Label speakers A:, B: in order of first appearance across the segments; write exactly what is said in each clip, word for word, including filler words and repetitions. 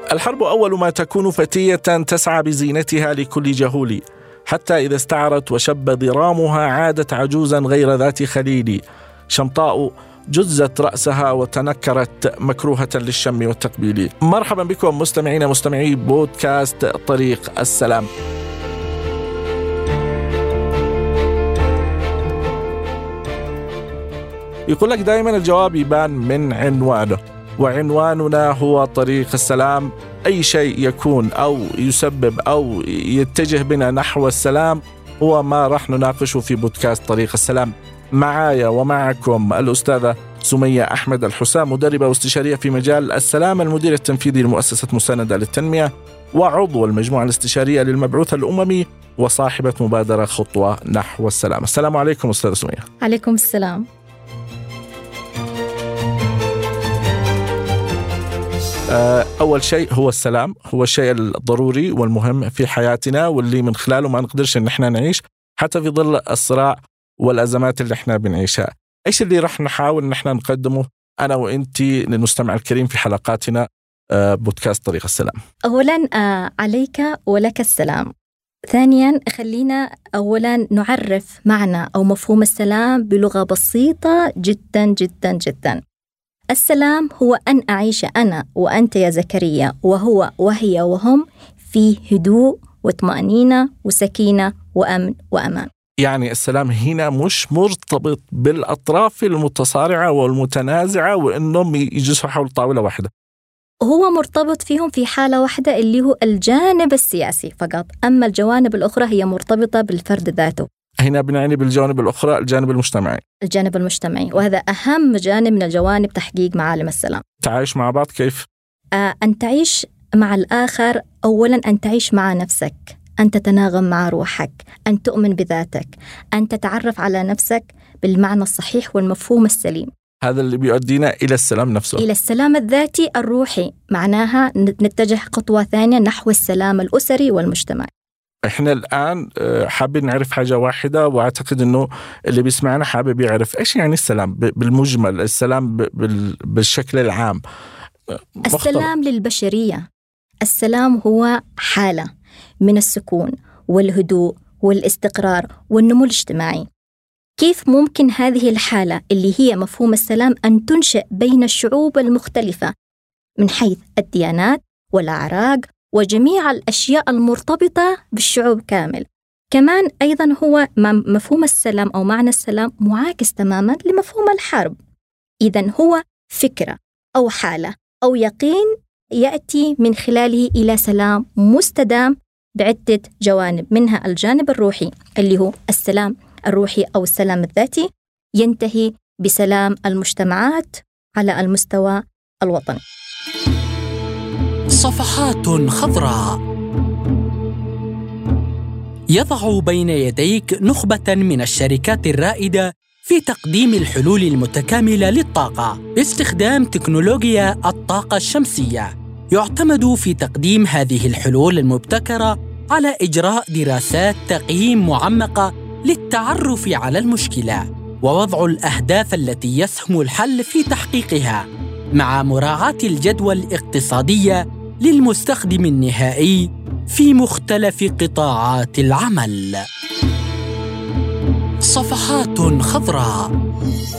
A: الحرب أول ما تكون فتية تسعى بزينتها لكل جهول، حتى إذا استعرت وشب ضرامها عادت عجوزا غير ذات خليل، شمطاء جزت رأسها وتنكرت مكروهة للشم والتقبيل. مرحبا بكم مستمعين مستمعي بودكاست طريق السلام. يقول لك دائما الجواب يبان من عنوانه، وعنواننا هو طريق السلام. أي شيء يكون أو يسبب أو يتجه بنا نحو السلام هو ما راح نناقشه في بودكاست طريق السلام. معايا ومعكم الأستاذة سمية أحمد الحسام، مدربة واستشارية في مجال السلام، المدير التنفيذي لمؤسسة مساندة للتنمية، وعضو المجموعة الاستشارية للمبعوث الأممي، وصاحبة مبادرة خطوة نحو السلام. السلام عليكم أستاذة سمية.
B: عليكم السلام.
A: أول شيء هو السلام، هو الشيء الضروري والمهم في حياتنا، واللي من خلاله ما نقدرش إن احنا نعيش حتى في ظل الصراع والأزمات اللي احنا بنعيشها. إيش اللي راح نحاول إن احنا نقدمه أنا وإنتي للمستمع الكريم في حلقاتنا بودكاست طريق السلام؟
B: أولا عليك ولك السلام. ثانيا خلينا أولا نعرف معنى أو مفهوم السلام بلغة بسيطة جدا جدا جدا. السلام هو أن أعيش أنا وأنت يا زكريا وهو وهي وهم في هدوء وطمأنينة وسكينة وأمن وأمان.
A: يعني السلام هنا مش مرتبط بالأطراف المتصارعة والمتنازعة وإنهم يجلسوا حول طاولة واحدة،
B: هو مرتبط فيهم في حالة واحدة اللي هو الجانب السياسي فقط، أما الجوانب الأخرى هي مرتبطة بالفرد ذاته.
A: هنا بنعني بالجوانب الأخرى الجانب المجتمعي.
B: الجانب المجتمعي، وهذا أهم جانب من الجوانب تحقيق معالم السلام.
A: تعيش مع بعض كيف؟
B: آه أن تعيش مع الآخر، أولا أن تعيش مع نفسك، أن تتناغم مع روحك، أن تؤمن بذاتك، أن تتعرف على نفسك بالمعنى الصحيح والمفهوم السليم.
A: هذا اللي بيؤدينا إلى السلام نفسه،
B: إلى السلام الذاتي الروحي. معناها نتجه خطوة ثانية نحو السلام الأسري والمجتمعي.
A: إحنا الآن حابين نعرف حاجة واحدة، وأعتقد أنه اللي بيسمعنا حابب يعرف إيش يعني السلام بالمجمل، السلام بالشكل العام.
B: السلام للبشرية، السلام هو حالة من السكون والهدوء والاستقرار والنمو الاجتماعي. كيف ممكن هذه الحالة اللي هي مفهوم السلام أن تنشئ بين الشعوب المختلفة من حيث الديانات والأعراق وجميع الأشياء المرتبطة بالشعوب كامل؟ كمان أيضا هو مفهوم السلام أو معنى السلام معاكس تماما لمفهوم الحرب. إذن هو فكرة أو حالة أو يقين يأتي من خلاله إلى سلام مستدام بعدة جوانب، منها الجانب الروحي اللي هو السلام الروحي أو السلام الذاتي، ينتهي بسلام المجتمعات على المستوى الوطني.
C: صفحات خضراء يضع بين يديك نخبة من الشركات الرائدة في تقديم الحلول المتكاملة للطاقة باستخدام تكنولوجيا الطاقة الشمسية. يعتمد في تقديم هذه الحلول المبتكرة على إجراء دراسات تقييم معمقة للتعرف على المشكلة ووضع الأهداف التي يسهم الحل في تحقيقها، مع مراعاة الجدوى الاقتصادية للمستخدم النهائي في مختلف قطاعات العمل. صفحات خضراء.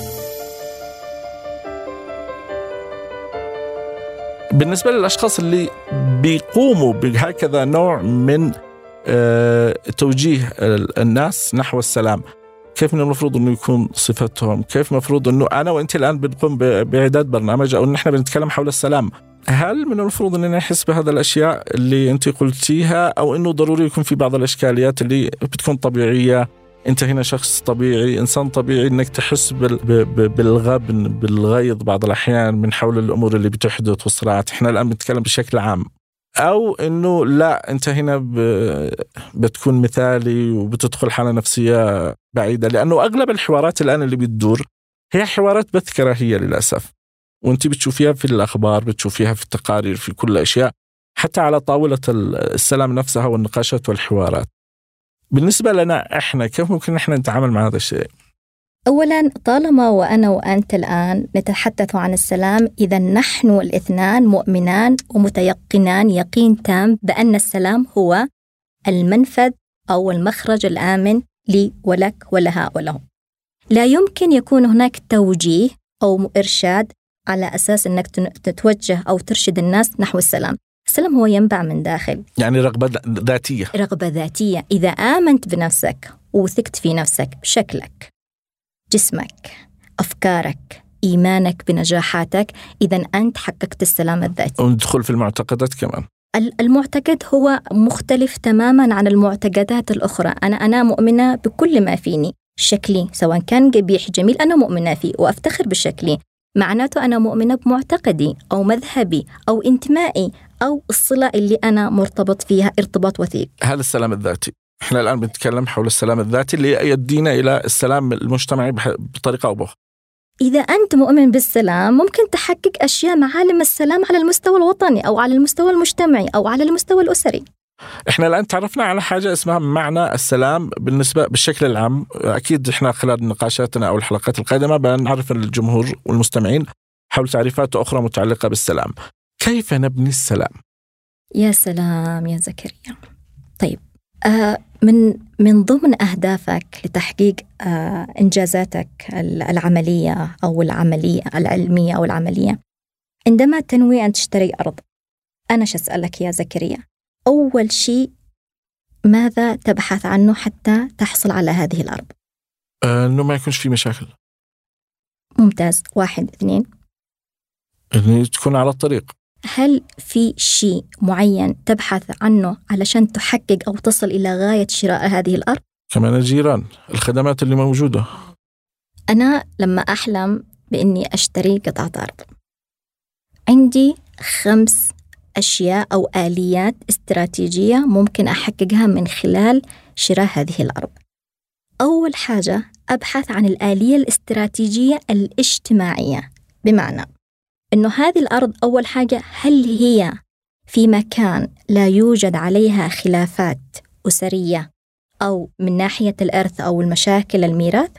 A: بالنسبة للأشخاص اللي بيقوموا بهكذا نوع من توجيه الناس نحو السلام، كيف من المفروض أنه يكون صفتهم؟ كيف مفروض أنه أنا وأنت الآن بنقوم بإعداد برنامج أو أن احنا بنتكلم حول السلام، هل من المفروض أننا نحس بهذا الأشياء اللي أنت قلتيها، أو أنه ضروري يكون في بعض الإشكاليات اللي بتكون طبيعية؟ أنت هنا شخص طبيعي، إنسان طبيعي، أنك تحس بالغبن بالغيظ بعض الأحيان من حول الأمور اللي بتحدث والصراعات. إحنا الآن بنتكلم بشكل عام، أو أنه لا أنت هنا بتكون مثالي وبتدخل حالة نفسية بعيدة، لأنه أغلب الحوارات الآن اللي بتدور هي حوارات بث كراهية للأسف، وأنت بتشوفيها في الأخبار، بتشوفيها في التقارير، في كل أشياء، حتى على طاولة السلام نفسها والنقاشات والحوارات. بالنسبة لنا إحنا كيف ممكن إحنا نتعامل مع هذا الشيء؟
B: أولاً طالما وأنا وأنت الآن نتحدث عن السلام، إذا نحن الاثنان مؤمنان ومتيقنان يقين تام بأن السلام هو المنفذ أو المخرج الآمن لي ولك ولها وله. لا يمكن يكون هناك توجيه أو إرشاد على أساس أنك تتوجه أو ترشد الناس نحو السلام. السلام هو ينبع من داخل،
A: يعني رغبة ذاتية.
B: رغبة ذاتية. إذا آمنت بنفسك وثقت في نفسك بشكلك، جسمك، أفكارك، إيمانك بنجاحاتك، إذا أنت حققت السلام الذاتي.
A: وندخل في المعتقدات كمان.
B: المعتقد هو مختلف تماماً عن المعتقدات الأخرى. أنا أنا مؤمنة بكل ما فيني. شكلي سواء كان قبيح جميل أنا مؤمنة فيه وأفتخر بشكلي، معناته أنا مؤمنة بمعتقدي أو مذهبي أو انتمائي أو الصلة اللي أنا مرتبط فيها ارتباط وثيق.
A: هذا السلام الذاتي. إحنا الآن بنتكلم حول السلام الذاتي اللي يدينا إلى السلام المجتمعي بطريقة أو بأخرى.
B: إذا أنت مؤمن بالسلام ممكن تحقق أشياء معالم السلام على المستوى الوطني أو على المستوى المجتمعي أو على المستوى الأسري.
A: إحنا الآن تعرفنا على حاجة اسمها معنى السلام بالنسبة بالشكل العام. أكيد إحنا خلال نقاشاتنا أو الحلقات القادمة بنعرف الجمهور والمستمعين حول تعريفات أخرى متعلقة بالسلام. كيف نبني السلام؟
B: يا سلام يا زكريا. طيب آه من من ضمن أهدافك لتحقيق آه إنجازاتك العملية أو العملية العلمية أو العملية، عندما تنوي أن تشتري أرض، أنا شسألك يا زكريا، أول شيء ماذا تبحث عنه حتى تحصل على هذه الأرض؟
A: آه إنه ما يكونش في مشاكل.
B: ممتاز. واحد اثنين،
A: إنه تكون على الطريق.
B: هل في شيء معين تبحث عنه علشان تحقق أو تصل إلى غاية شراء هذه الأرض؟
A: كمان الجيران، الخدمات اللي موجودة.
B: أنا لما أحلم بإني أشتري قطعة أرض، عندي خمس أشياء أو آليات استراتيجية ممكن أحققها من خلال شراء هذه الأرض. أول حاجة أبحث عن الآلية الاستراتيجية الاجتماعية، بمعنى إنه هذه الأرض أول حاجة هل هي في مكان لا يوجد عليها خلافات أسرية أو من ناحية الإرث أو المشاكل الميراث؟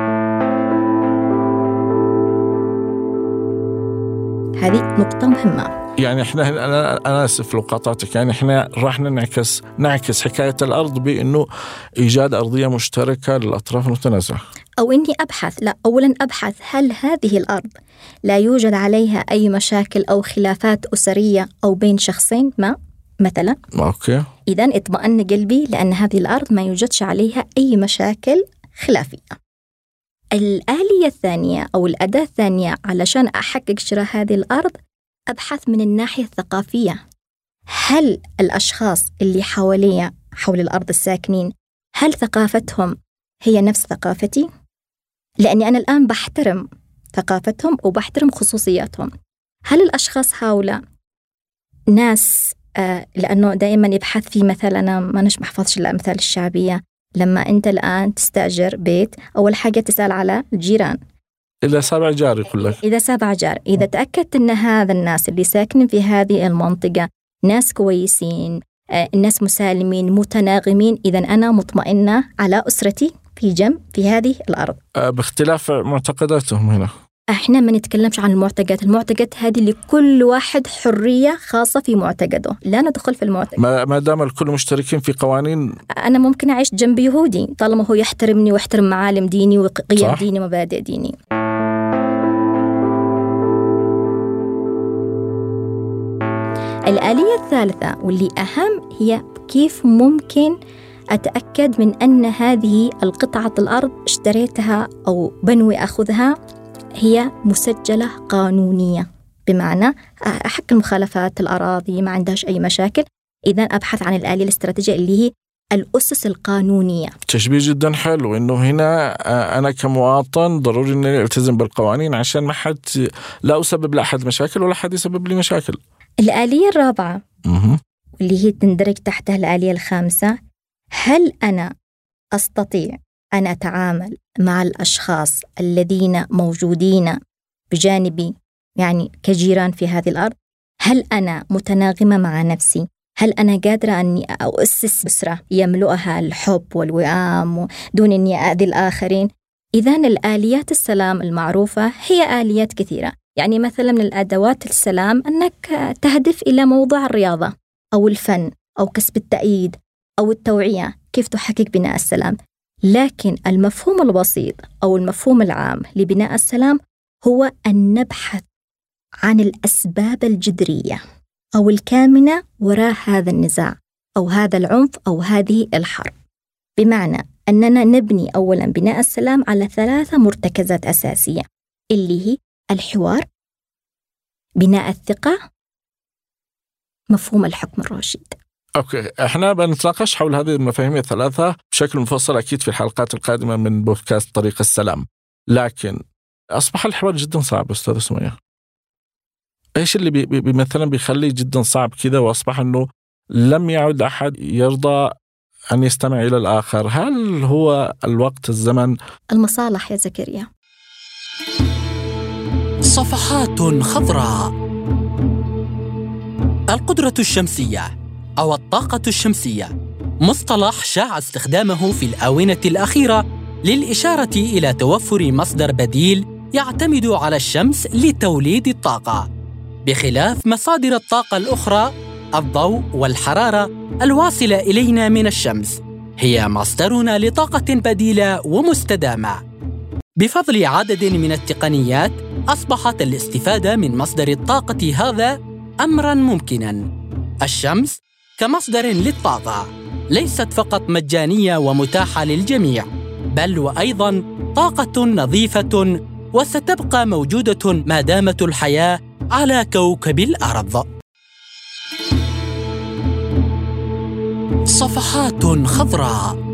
B: هذه نقطة مهمة.
A: يعني إحنا أنا أنا آسف لو قاطعتك، يعني إحنا راح ننعكس نعكس حكاية الأرض بإنه إيجاد أرضية مشتركة للأطراف المتنازعة،
B: أو إني أبحث لا أولاً أبحث هل هذه الأرض لا يوجد عليها أي مشاكل أو خلافات أسرية أو بين شخصين ما مثلاً.
A: أوكي.
B: إذن اطمئن قلبي لأن هذه الأرض ما يوجدش عليها أي مشاكل خلافية. الآلية الثانية أو الأداة الثانية علشان أحقق شراء هذه الأرض، أبحث من الناحية الثقافية. هل الأشخاص اللي حواليا حول الأرض الساكنين هل ثقافتهم هي نفس ثقافتي؟ لأني أنا الآن بحترم ثقافتهم وبحترم خصوصياتهم. هل الأشخاص هؤلاء ناس آه لأنه دائما يبحث في مثل، أنا ما نش محفظش الأمثال الشعبية، لما أنت الآن تستأجر بيت أول حاجة تسأل على الجيران،
A: إذا سابع جار يقول لك،
B: إذا سابع جار، إذا تأكدت أن هذا الناس اللي ساكنين في هذه المنطقة ناس كويسين، آه ناس مسالمين متناغمين، إذا أنا مطمئنة على أسرتي في جنب في هذه الأرض.
A: آه باختلاف معتقداتهم. هنا
B: احنا ما نتكلمش عن المعتقدات، المعتقدات هذه لكل واحد حرية خاصة في معتقده، لا ندخل في المعتقد.
A: ما دام الكل مشتركين في قوانين.
B: أنا ممكن أعيش جنب يهودي طالما هو يحترمني ويحترم معالم ديني وقيم ديني ومبادئ ديني. الآلية الثالثة واللي أهم هي كيف ممكن أتأكد من أن هذه القطعة الأرض اشتريتها أو بنوي أخذها هي مسجلة قانونية، بمعنى أحق المخالفات الأراضي ما عندهاش أي مشاكل. إذن أبحث عن الآلية الاستراتيجية اللي هي الأسس القانونية.
A: تشبيه جدا حلو، إنه هنا أنا كمواطن ضروري إني ألتزم بالقوانين عشان ما حد لا أسبب لأحد مشاكل ولا حد يسبب لي مشاكل.
B: الآلية الرابعة
A: م-
B: اللي هي تندرج تحتها الآلية الخامسة، هل أنا أستطيع أن أتعامل مع الأشخاص الذين موجودين بجانبي يعني كجيران في هذه الأرض؟ هل أنا متناغمة مع نفسي؟ هل أنا قادرة أني أؤسس أسرة يملؤها الحب والوئام دون أني أؤذي الآخرين؟ إذن الآليات السلام المعروفة هي آليات كثيرة. يعني مثلا من الأدوات السلام أنك تهدف إلى موضوع الرياضة أو الفن أو كسب التأييد أو التوعية، كيف تحقق بناء السلام. لكن المفهوم البسيط أو المفهوم العام لبناء السلام هو أن نبحث عن الأسباب الجذرية أو الكامنة وراء هذا النزاع أو هذا العنف أو هذه الحرب. بمعنى أننا نبني أولاً بناء السلام على ثلاثة مرتكزات أساسية، اللي هي الحوار، بناء الثقة، مفهوم الحكم الرشيد.
A: أوكي، إحنا بنتناقش حول هذه المفاهيم الثلاثة بشكل مفصل أكيد في الحلقات القادمة من بودكاست طريق السلام. لكن أصبح الحوار جدا صعب أستاذ سمية. إيش اللي بي بي مثلا بيخليه جدا صعب كذا وأصبح أنه لم يعد أحد يرضى أن يستمع إلى الآخر؟ هل هو الوقت، الزمن،
B: المصالح يا زكريا؟
C: صفحات خضراء. القدرة الشمسية أو الطاقة الشمسية مصطلح شاع استخدامه في الآونة الأخيرة للإشارة إلى توفر مصدر بديل يعتمد على الشمس لتوليد الطاقة، بخلاف مصادر الطاقة الأخرى الضوء والحرارة الواصلة إلينا من الشمس، هي مصدرنا لطاقة بديلة ومستدامة. بفضل عدد من التقنيات أصبحت الاستفادة من مصدر الطاقة هذا أمراً ممكناً. الشمس كمصدر للطاقة ليست فقط مجانية ومتاحة للجميع، بل وأيضاً طاقة نظيفة وستبقى موجودة ما دامت الحياة على كوكب الأرض. صفحات خضراء.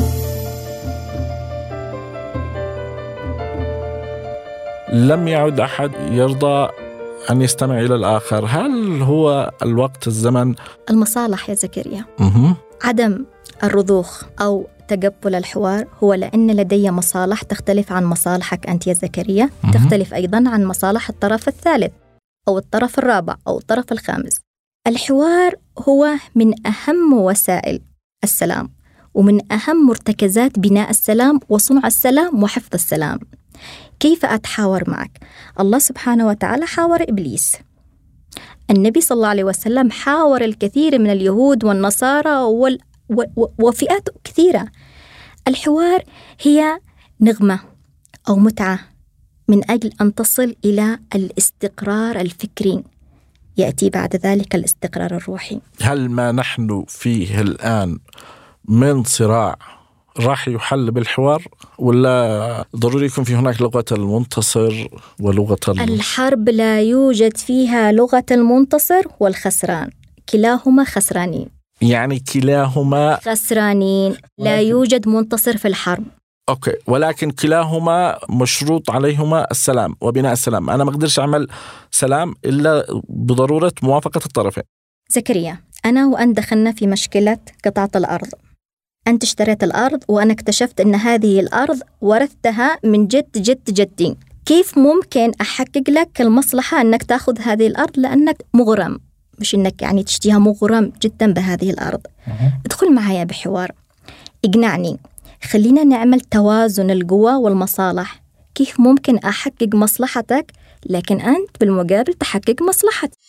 A: لم يعد أحد يرضى أن يستمع إلى الآخر. هل هو الوقت، الزمن،
B: المصالح يا زكريا؟
A: مه.
B: عدم الرضوخ أو تقبل الحوار هو لأن لدي مصالح تختلف عن مصالحك أنت يا زكريا، مه. تختلف أيضا عن مصالح الطرف الثالث أو الطرف الرابع أو الطرف الخامس. الحوار هو من أهم وسائل السلام ومن أهم مرتكزات بناء السلام وصنع السلام وحفظ السلام. كيف أتحاور معك؟ الله سبحانه وتعالى حاور إبليس، النبي صلى الله عليه وسلم حاور الكثير من اليهود والنصارى وال... و... و... وفئات كثيرة. الحوار هي نغمة أو متعة من أجل أن تصل إلى الاستقرار الفكري، يأتي بعد ذلك الاستقرار الروحي.
A: هل ما نحن فيه الآن من صراع راح يحل بالحوار، ولا ضروري يكون في هناك لغة المنتصر ولغة ال...
B: الحرب لا يوجد فيها لغة المنتصر والخسران، كلاهما خسرانين.
A: يعني كلاهما
B: خسرانين، لا يوجد منتصر في الحرب.
A: أوكي، ولكن كلاهما مشروط عليهما السلام وبناء السلام. أنا ما أقدرش أعمل سلام إلا بضرورة موافقة الطرفين.
B: زكريا، أنا وأنت دخلنا في مشكلة قطعة الأرض. أنت اشتريت الأرض وأنا اكتشفت أن هذه الأرض ورثتها من جد جد جدي. كيف ممكن أحقق لك المصلحة أنك تأخذ هذه الأرض؟ لأنك مغرم، مش أنك يعني تشتيها، مغرم جدا بهذه الأرض. ادخل معايا بحوار، اقنعني، خلينا نعمل توازن القوى والمصالح. كيف ممكن أحقق مصلحتك لكن أنت بالمقابل تحقق مصلحتي؟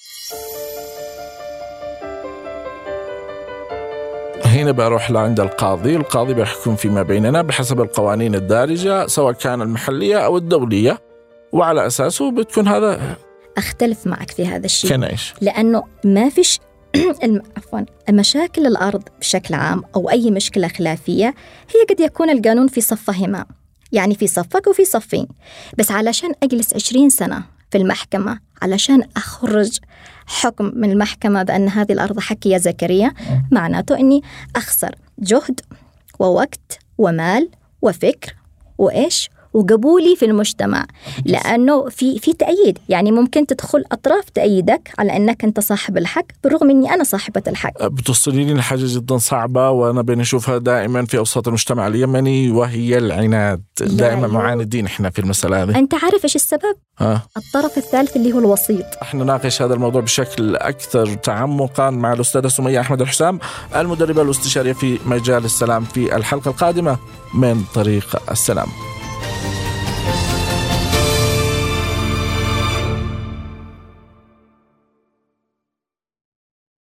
A: هنا بروح لعند القاضي، القاضي بيحكم فيما بيننا بحسب القوانين الدارجة سواء كان المحلية أو الدولية، وعلى أساسه بتكون هذا.
B: أختلف معك في هذا الشيء.
A: كنايش؟
B: لأنه ما فيش عفوا المشاكل الأرض بشكل عام أو أي مشكلة خلافية هي قد يكون القانون في صفهما، يعني في صفك وفي صفين. بس علشان أجلس عشرين سنة في المحكمة علشان أخرج حكم من المحكمة بأن هذه الأرض حقي يا زكريا، معناته أني أخسر جهد ووقت ومال وفكر وإيش وقبولي في المجتمع، لأنه في في تأييد. يعني ممكن تدخل أطراف تأييدك على أنك أنت صاحب الحق بالرغم أني أنا صاحبة الحق.
A: بتصليني لحاجة جدا صعبة وأنا بنشوفها دائما في أوساط المجتمع اليمني، وهي العناد. دائما معاندين إحنا في المسألة هذه.
B: أنت عارف إيش السبب؟
A: ها؟
B: الطرف الثالث اللي هو الوسيط.
A: إحنا ناقش هذا الموضوع بشكل أكثر تعمقا مع الأستاذة سمية أحمد الحسام، المدربة الاستشارية في مجال السلام، في الحلقة القادمة من طريق السلام.